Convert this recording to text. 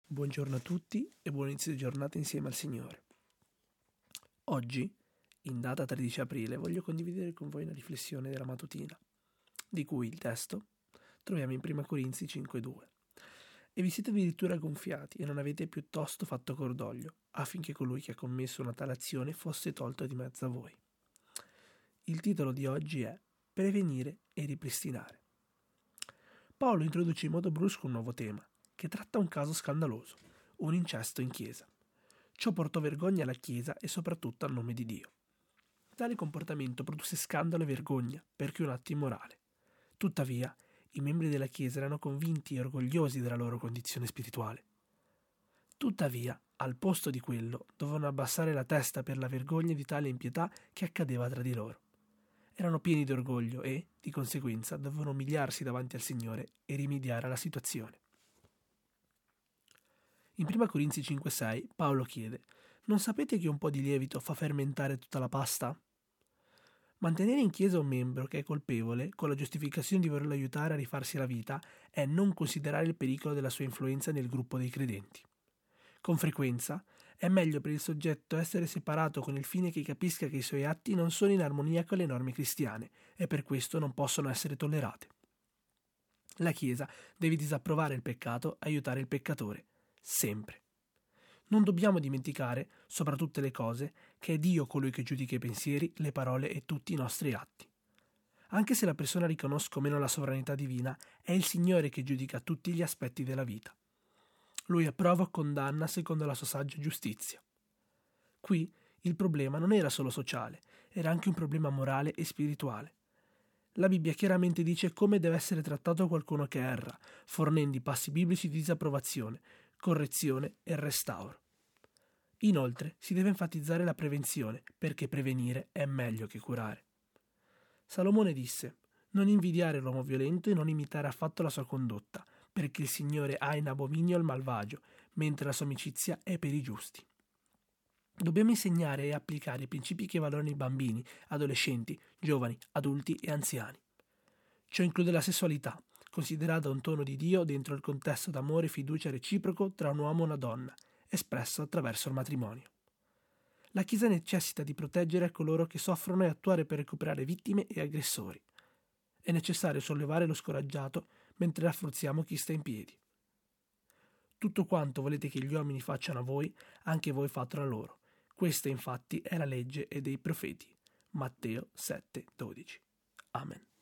Buongiorno a tutti e buon inizio di giornata insieme al Signore. Oggi, in data 13 aprile, voglio condividere con voi una riflessione della mattutina, di cui il testo troviamo in 1 Corinzi 5,2. E vi siete addirittura gonfiati e non avete piuttosto fatto cordoglio, affinché colui che ha commesso una tale azione fosse tolto di mezzo a voi. Il titolo di oggi è Prevenire e ripristinare. Paolo introduce in modo brusco un nuovo tema, che tratta un caso scandaloso, un incesto in chiesa. Ciò portò vergogna alla Chiesa e soprattutto al nome di Dio. Tale comportamento produsse scandalo e vergogna, perché un atto immorale. Tuttavia, i membri della Chiesa erano convinti e orgogliosi della loro condizione spirituale. Tuttavia, al posto di quello, dovevano abbassare la testa per la vergogna di tale impietà che accadeva tra di loro. Erano pieni di orgoglio e, di conseguenza, dovevano umiliarsi davanti al Signore e rimediare alla situazione. In 1 Corinzi 5,6 Paolo chiede: non sapete che un po' di lievito fa fermentare tutta la pasta? Mantenere in chiesa un membro che è colpevole, con la giustificazione di volerlo aiutare a rifarsi la vita, è non considerare il pericolo della sua influenza nel gruppo dei credenti. Con frequenza è meglio per il soggetto essere separato con il fine che capisca che i suoi atti non sono in armonia con le norme cristiane e per questo non possono essere tollerate. La Chiesa deve disapprovare il peccato, aiutare il peccatore. Sempre. Non dobbiamo dimenticare, sopra tutte le cose, che è Dio colui che giudica i pensieri, le parole e tutti i nostri atti. Anche se la persona riconosca o meno la sovranità divina, è il Signore che giudica tutti gli aspetti della vita. Lui approva o condanna secondo la sua saggia giustizia. Qui il problema non era solo sociale, era anche un problema morale e spirituale. La Bibbia chiaramente dice come deve essere trattato qualcuno che erra, fornendo i passi biblici di disapprovazione, correzione e restauro. Inoltre si deve enfatizzare la prevenzione, perché prevenire è meglio che curare. Salomone disse: non invidiare l'uomo violento e non imitare affatto la sua condotta, perché il Signore ha in abominio il malvagio, mentre la sua amicizia è per i giusti. Dobbiamo insegnare e applicare i principi che valorano i bambini, adolescenti, giovani, adulti e anziani. Ciò include la sessualità, considerata un dono di Dio dentro il contesto d'amore e fiducia reciproco tra un uomo e una donna, espresso attraverso il matrimonio. La Chiesa necessita di proteggere coloro che soffrono e attuare per recuperare vittime e aggressori. È necessario sollevare lo scoraggiato mentre rafforziamo chi sta in piedi. Tutto quanto volete che gli uomini facciano a voi, anche voi fatelo a loro. Questa infatti è la legge e dei profeti. Matteo 7,12. Amen.